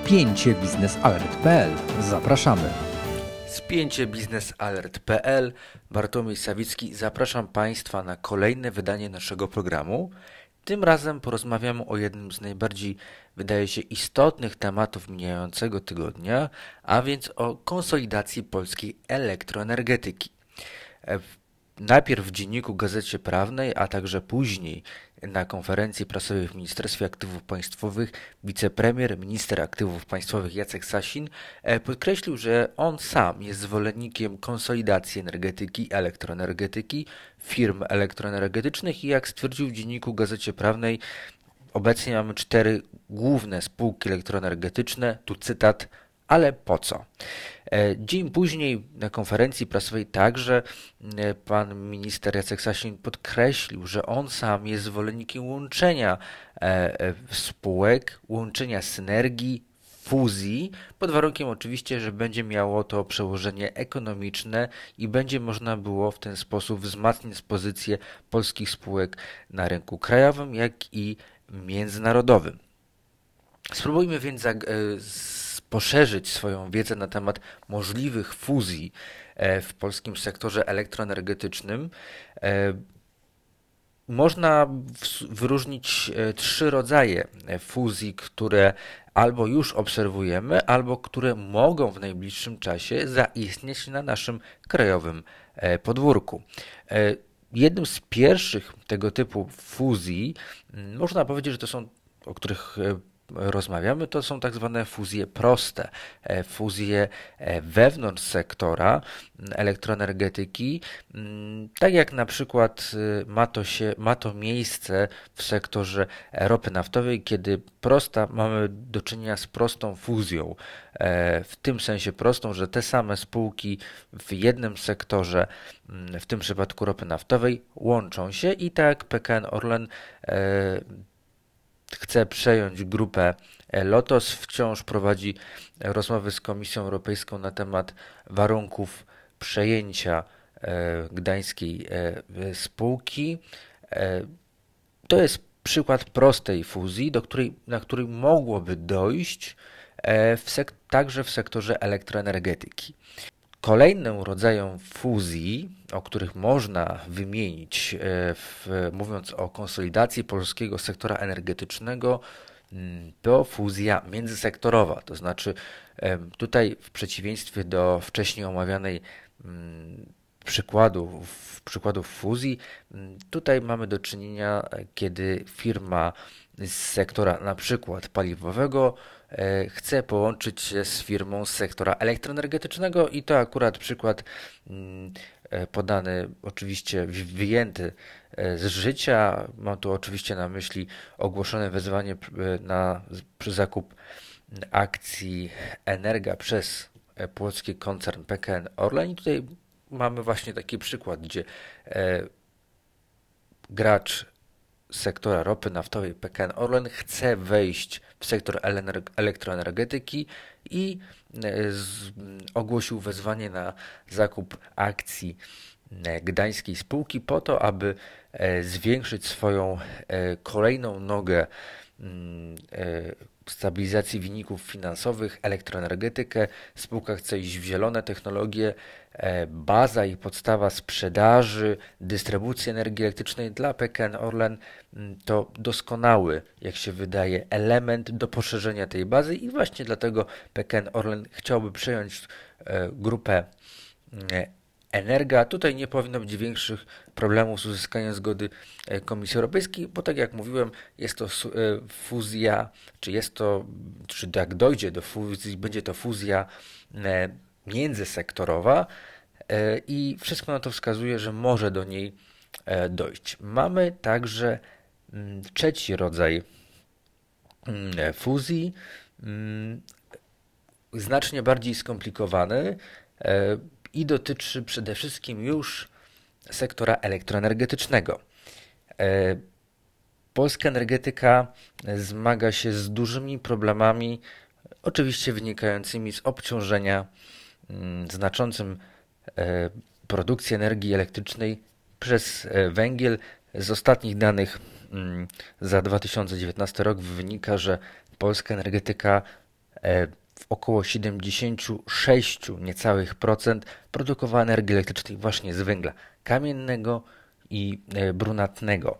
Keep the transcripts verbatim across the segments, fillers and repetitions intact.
spięcie biznes alert kropka p l. Zapraszamy. Spięcie biznes alert kropka p l. Bartłomiej Sawicki. Zapraszam Państwa na kolejne wydanie naszego programu. Tym razem porozmawiamy o jednym z najbardziej, wydaje się, istotnych tematów mijającego tygodnia, a więc o konsolidacji polskiej elektroenergetyki. Najpierw w Dzienniku Gazecie Prawnej, a także później na konferencji prasowej w Ministerstwie Aktywów Państwowych wicepremier, minister aktywów państwowych Jacek Sasin podkreślił, że on sam jest zwolennikiem konsolidacji energetyki, elektroenergetyki, firm elektroenergetycznych i jak stwierdził w Dzienniku Gazecie Prawnej, obecnie mamy cztery główne spółki elektroenergetyczne, tu cytat, ale po co? Dzień później na konferencji prasowej także pan minister Jacek Sasin podkreślił, że on sam jest zwolennikiem łączenia spółek, łączenia synergii, fuzji, pod warunkiem oczywiście, że będzie miało to przełożenie ekonomiczne i będzie można było w ten sposób wzmacniać pozycję polskich spółek na rynku krajowym, jak i międzynarodowym. Spróbujmy więc poszerzyć swoją wiedzę na temat możliwych fuzji w polskim sektorze elektroenergetycznym. Można wyróżnić trzy rodzaje fuzji, które albo już obserwujemy, albo które mogą w najbliższym czasie zaistnieć na naszym krajowym podwórku. Jednym z pierwszych tego typu fuzji, można powiedzieć, że to są, o których rozmawiamy, to są tak zwane fuzje proste, fuzje wewnątrz sektora elektroenergetyki, tak jak na przykład ma to, się, ma to miejsce w sektorze ropy naftowej, kiedy prosta, mamy do czynienia z prostą fuzją, w tym sensie prostą, że te same spółki w jednym sektorze, w tym przypadku ropy naftowej, łączą się i tak P K N Orlen chce przejąć grupę Lotos, wciąż prowadzi rozmowy z Komisją Europejską na temat warunków przejęcia gdańskiej spółki. To jest przykład prostej fuzji, do której, na której mogłoby dojść w sek- także w sektorze elektroenergetyki. Kolejnym rodzajem fuzji, o których można wymienić, w, mówiąc o konsolidacji polskiego sektora energetycznego, to fuzja międzysektorowa. To znaczy tutaj w przeciwieństwie do wcześniej omawianej przykładów, przykładów fuzji, tutaj mamy do czynienia, kiedy firma z sektora na przykład paliwowego chce połączyć się z firmą z sektora elektroenergetycznego i to akurat przykład podany, oczywiście wyjęty z życia. Mam tu oczywiście na myśli ogłoszone wezwanie na zakup akcji Energa przez polski koncern P K N Orlen i tutaj mamy właśnie taki przykład, gdzie gracz sektora ropy naftowej P K N Orlen chce wejść w sektor elektroenergetyki i ogłosił wezwanie na zakup akcji gdańskiej spółki po to, aby zwiększyć swoją kolejną nogę stabilizacji wyników finansowych, elektroenergetykę. Spółka chce iść w zielone technologie. Baza i podstawa sprzedaży, dystrybucji energii elektrycznej dla P K N Orlen to doskonały, jak się wydaje, element do poszerzenia tej bazy i właśnie dlatego P K N Orlen chciałby przejąć grupę Energa. Tutaj nie powinno być większych problemów z uzyskaniem zgody Komisji Europejskiej, bo tak jak mówiłem, jest to fuzja, czy jest to, czy jak dojdzie do fuzji, będzie to fuzja międzysektorowa i wszystko na to wskazuje, że może do niej dojść. Mamy także trzeci rodzaj fuzji, znacznie bardziej skomplikowany i dotyczy przede wszystkim już sektora elektroenergetycznego. Polska energetyka zmaga się z dużymi problemami, oczywiście wynikającymi z obciążenia znaczącym produkcji energii elektrycznej przez węgiel. Z ostatnich danych za dwa tysiące dziewiętnasty rok wynika, że polska energetyka w około siedemdziesiąt sześć niecałych procent produkowała energii elektrycznej właśnie z węgla kamiennego i brunatnego.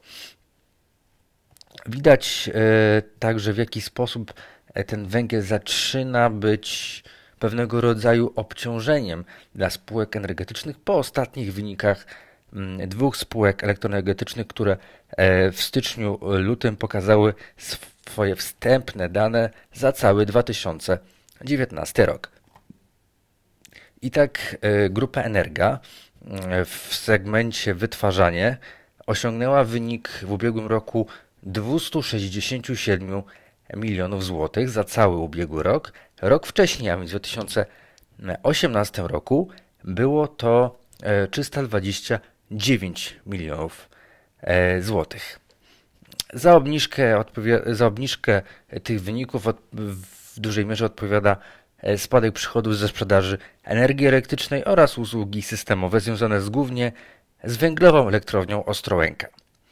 Widać także, w jaki sposób ten węgiel zaczyna być pewnego rodzaju obciążeniem dla spółek energetycznych po ostatnich wynikach dwóch spółek elektroenergetycznych, które w styczniu, lutym pokazały swoje wstępne dane za cały dwa tysiące dziewiętnasty rok. I tak grupa Energa w segmencie wytwarzanie osiągnęła wynik w ubiegłym roku dwieście sześćdziesiąt siedem milionów złotych za cały ubiegły rok. Rok wcześniej, a więc w dwa tysiące osiemnastym roku, było to trzysta dwadzieścia dziewięć milionów złotych. Za obniżkę, za obniżkę tych wyników w dużej mierze odpowiada spadek przychodów ze sprzedaży energii elektrycznej oraz usługi systemowe związane z, głównie z węglową elektrownią Ostrołęka.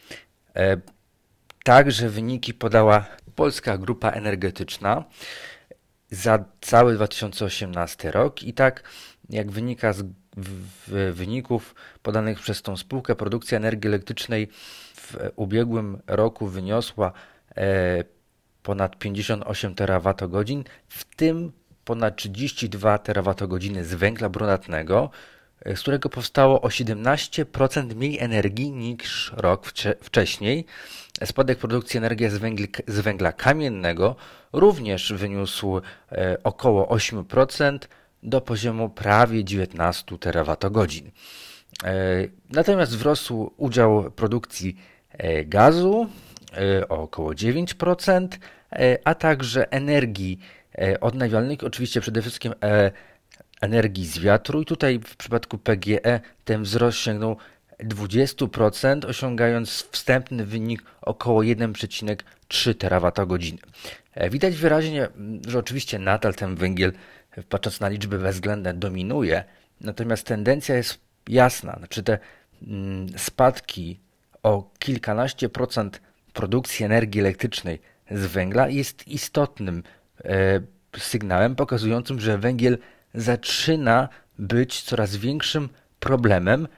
Także wyniki podała Polska Grupa Energetyczna za cały dwa tysiące osiemnasty rok i tak jak wynika z wyników podanych przez tą spółkę, produkcja energii elektrycznej w ubiegłym roku wyniosła ponad pięćdziesiąt osiem terawatogodzin, w tym ponad trzydzieści dwa terawatogodziny z węgla brunatnego, z którego powstało o siedemnaście procent mniej energii niż rok wcześniej. Spadek produkcji energii z węgla, z węgla kamiennego również wyniósł około osiem procent do poziomu prawie dziewiętnaście terawatogodzin. Natomiast wzrósł udział produkcji gazu o około dziewięć procent, a także energii odnawialnych, oczywiście przede wszystkim energii z wiatru i tutaj w przypadku P G E ten wzrost sięgnął dwadzieścia procent, osiągając wstępny wynik około jeden przecinek trzy terawatogodziny. Widać wyraźnie, że oczywiście nadal ten węgiel, patrząc na liczby bezwzględne, dominuje, natomiast tendencja jest jasna. Znaczy te spadki o kilkanaście procent produkcji energii elektrycznej z węgla jest istotnym sygnałem pokazującym, że węgiel zaczyna być coraz większym problemem,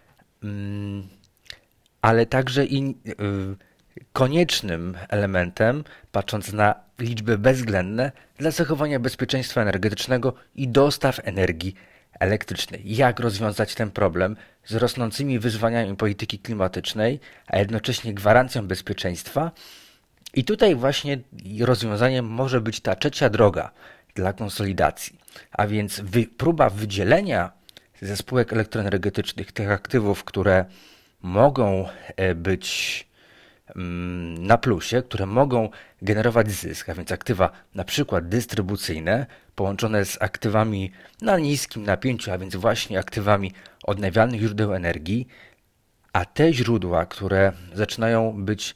ale także i koniecznym elementem, patrząc na liczby bezwzględne, dla zachowania bezpieczeństwa energetycznego i dostaw energii elektrycznej. Jak rozwiązać ten problem z rosnącymi wyzwaniami polityki klimatycznej, a jednocześnie gwarancją bezpieczeństwa? I tutaj właśnie rozwiązaniem może być ta trzecia droga dla konsolidacji, a więc wy, próba wydzielenia ze spółek elektroenergetycznych tych aktywów, które mogą być na plusie, które mogą generować zysk, a więc aktywa na przykład dystrybucyjne, połączone z aktywami na niskim napięciu, a więc właśnie aktywami odnawialnych źródeł energii, a te źródła, które zaczynają być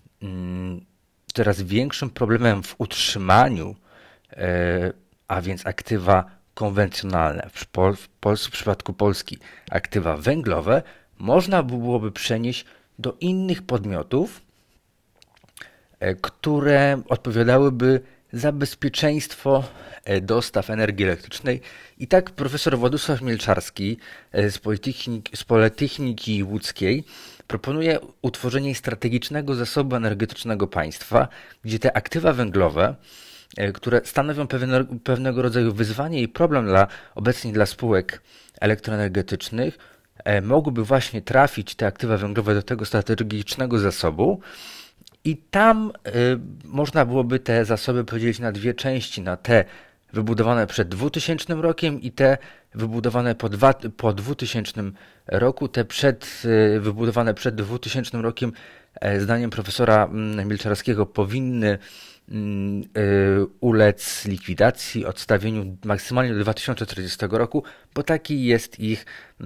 coraz większym problemem w utrzymaniu, a więc aktywa konwencjonalne, w, Pol- w, Pol- w przypadku Polski aktywa węglowe, można byłoby przenieść do innych podmiotów, które odpowiadałyby za bezpieczeństwo dostaw energii elektrycznej. I tak profesor Władysław Mielczarski z Politechniki, z Politechniki Łódzkiej proponuje utworzenie strategicznego zasobu energetycznego państwa, gdzie te aktywa węglowe, które stanowią pewne, pewnego rodzaju wyzwanie i problem dla, obecnie dla spółek elektroenergetycznych, mogłyby właśnie trafić te aktywa węglowe do tego strategicznego zasobu i tam y, można byłoby te zasoby podzielić na dwie części, na te wybudowane przed dwutysięcznym rokiem i te wybudowane po, dwa, po dwutysięcznym roku. Te przed, y, wybudowane przed dwutysięcznym rokiem, y, zdaniem profesora Mielczarskiego, powinny ulec likwidacji, odstawieniu maksymalnie do dwa tysiące czterdziestego roku, bo taki jest ich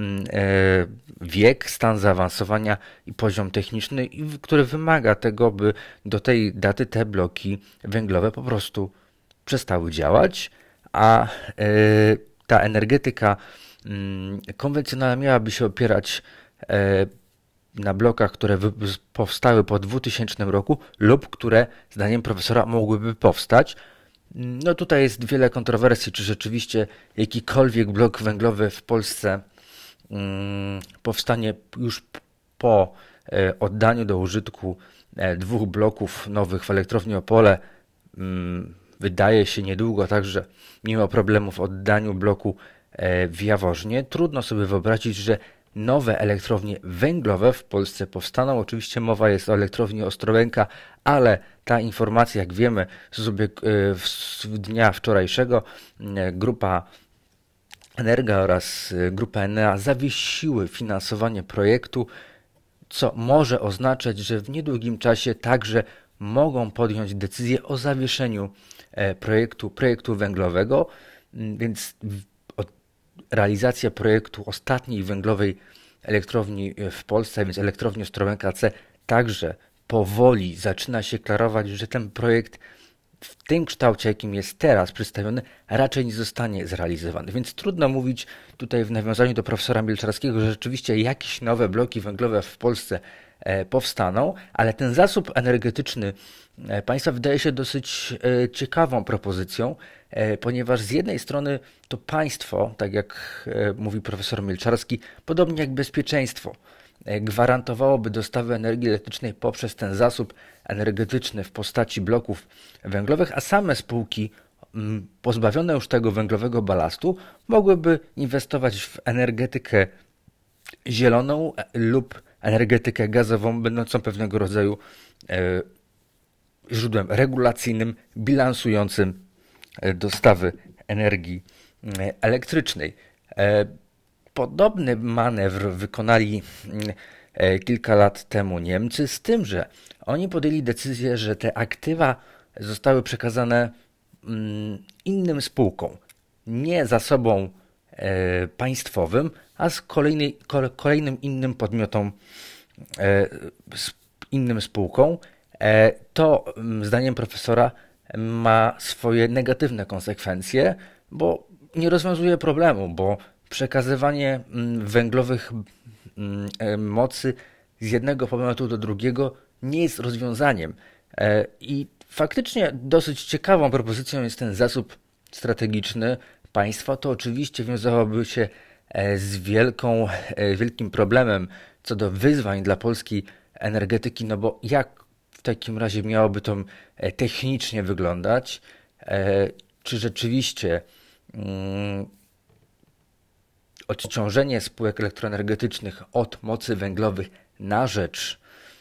wiek, stan zaawansowania i poziom techniczny, który wymaga tego, by do tej daty te bloki węglowe po prostu przestały działać, a ta energetyka konwencjonalna miałaby się opierać na blokach, które powstały po dwutysięcznym roku lub które, zdaniem profesora, mogłyby powstać No tutaj jest wiele kontrowersji, czy rzeczywiście jakikolwiek blok węglowy w Polsce mm, powstanie już po e, oddaniu do użytku e, dwóch bloków nowych w elektrowni Opole. Mm, wydaje się niedługo, także mimo problemów w oddaniu bloku e, w Jaworznie, trudno sobie wyobrazić, że nowe elektrownie węglowe w Polsce powstaną. Oczywiście mowa jest o elektrowni Ostrołęka, ale ta informacja, jak wiemy, z dnia wczorajszego grupa Energa oraz grupa Enea zawiesiły finansowanie projektu, co może oznaczać, że w niedługim czasie także mogą podjąć decyzję o zawieszeniu projektu, projektu węglowego, więc realizacja projektu ostatniej węglowej elektrowni w Polsce, więc elektrowni Ostrołęka C, także powoli zaczyna się klarować, że ten projekt w tym kształcie, jakim jest teraz przedstawiony, raczej nie zostanie zrealizowany. Więc trudno mówić tutaj w nawiązaniu do profesora Milczarskiego, że rzeczywiście jakieś nowe bloki węglowe w Polsce powstaną, ale ten zasób energetyczny państwa wydaje się dosyć ciekawą propozycją, ponieważ z jednej strony to państwo, tak jak mówi profesor Milczarski, podobnie jak bezpieczeństwo, gwarantowałoby dostawę energii elektrycznej poprzez ten zasób energetyczny w postaci bloków węglowych, a same spółki pozbawione już tego węglowego balastu mogłyby inwestować w energetykę zieloną lub energetykę gazową, będącą pewnego rodzaju źródłem regulacyjnym, bilansującym dostawy energii elektrycznej. Podobny manewr wykonali kilka lat temu Niemcy, z tym, że oni podjęli decyzję, że te aktywa zostały przekazane innym spółkom, nie zasobom państwowym, a z kolejnej, kolejnym innym podmiotom, innym spółkom. To zdaniem profesora ma swoje negatywne konsekwencje, bo nie rozwiązuje problemu, bo przekazywanie węglowych mocy z jednego podmiotu do drugiego nie jest rozwiązaniem. I faktycznie dosyć ciekawą propozycją jest ten zasób strategiczny państwa. To oczywiście wiązałoby się z wielką, wielkim problemem co do wyzwań dla polskiej energetyki, no bo jak w takim razie miałoby to technicznie wyglądać? Czy rzeczywiście odciążenie spółek elektroenergetycznych od mocy węglowych na rzecz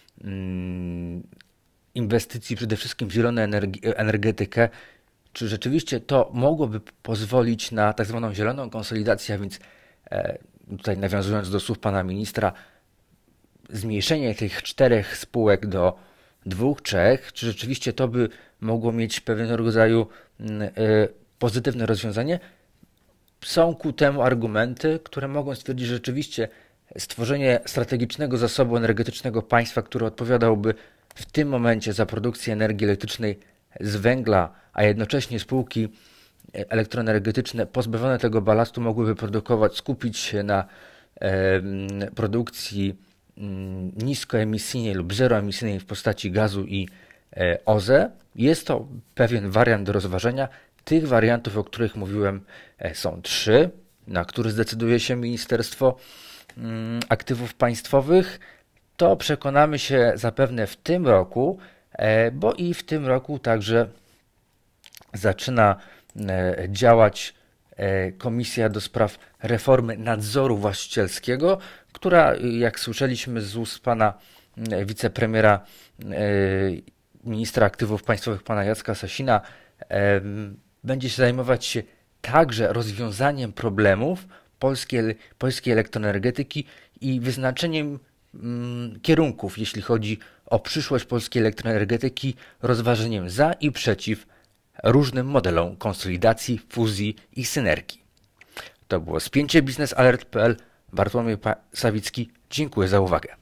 inwestycji przede wszystkim w zieloną energetykę, czy rzeczywiście to mogłoby pozwolić na tak zwaną zieloną konsolidację, a więc tutaj nawiązując do słów pana ministra, zmniejszenie tych czterech spółek do dwóch, trzech, czy rzeczywiście to by mogło mieć pewnego rodzaju pozytywne rozwiązanie? Są ku temu argumenty, które mogą stwierdzić, że rzeczywiście stworzenie strategicznego zasobu energetycznego państwa, który odpowiadałby w tym momencie za produkcję energii elektrycznej z węgla, a jednocześnie spółki elektroenergetyczne pozbawione tego balastu mogłyby produkować, skupić się na e, produkcji m, niskoemisyjnej lub zeroemisyjnej w postaci gazu i e, O Z E. Jest to pewien wariant do rozważenia. Tych wariantów, o których mówiłem, e, są trzy, na które zdecyduje się Ministerstwo m, Aktywów Państwowych. To przekonamy się zapewne w tym roku, e, bo i w tym roku także zaczyna e, działać e, Komisja do spraw reformy nadzoru właścicielskiego, która, jak słyszeliśmy z ust pana e, wicepremiera, e, ministra aktywów państwowych, pana Jacka Sasina, e, będzie się zajmować się także rozwiązaniem problemów polskiej, polskiej elektroenergetyki i wyznaczeniem mm, kierunków, jeśli chodzi o przyszłość polskiej elektroenergetyki, rozważeniem za i przeciw różnym modelom konsolidacji, fuzji i synergii. To było spięcie biznes alert kropka p l. Bartłomiej Sawicki. Dziękuję za uwagę.